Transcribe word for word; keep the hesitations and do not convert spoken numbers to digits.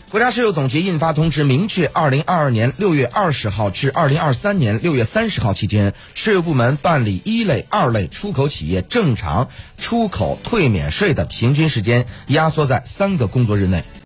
国家税务总局印发通知，明确二零二二年六月二十号至二零二三年六月三十号期间，税务部门办理一类、二类出口企业正常出口退免税的平均时间压缩在三个工作日内。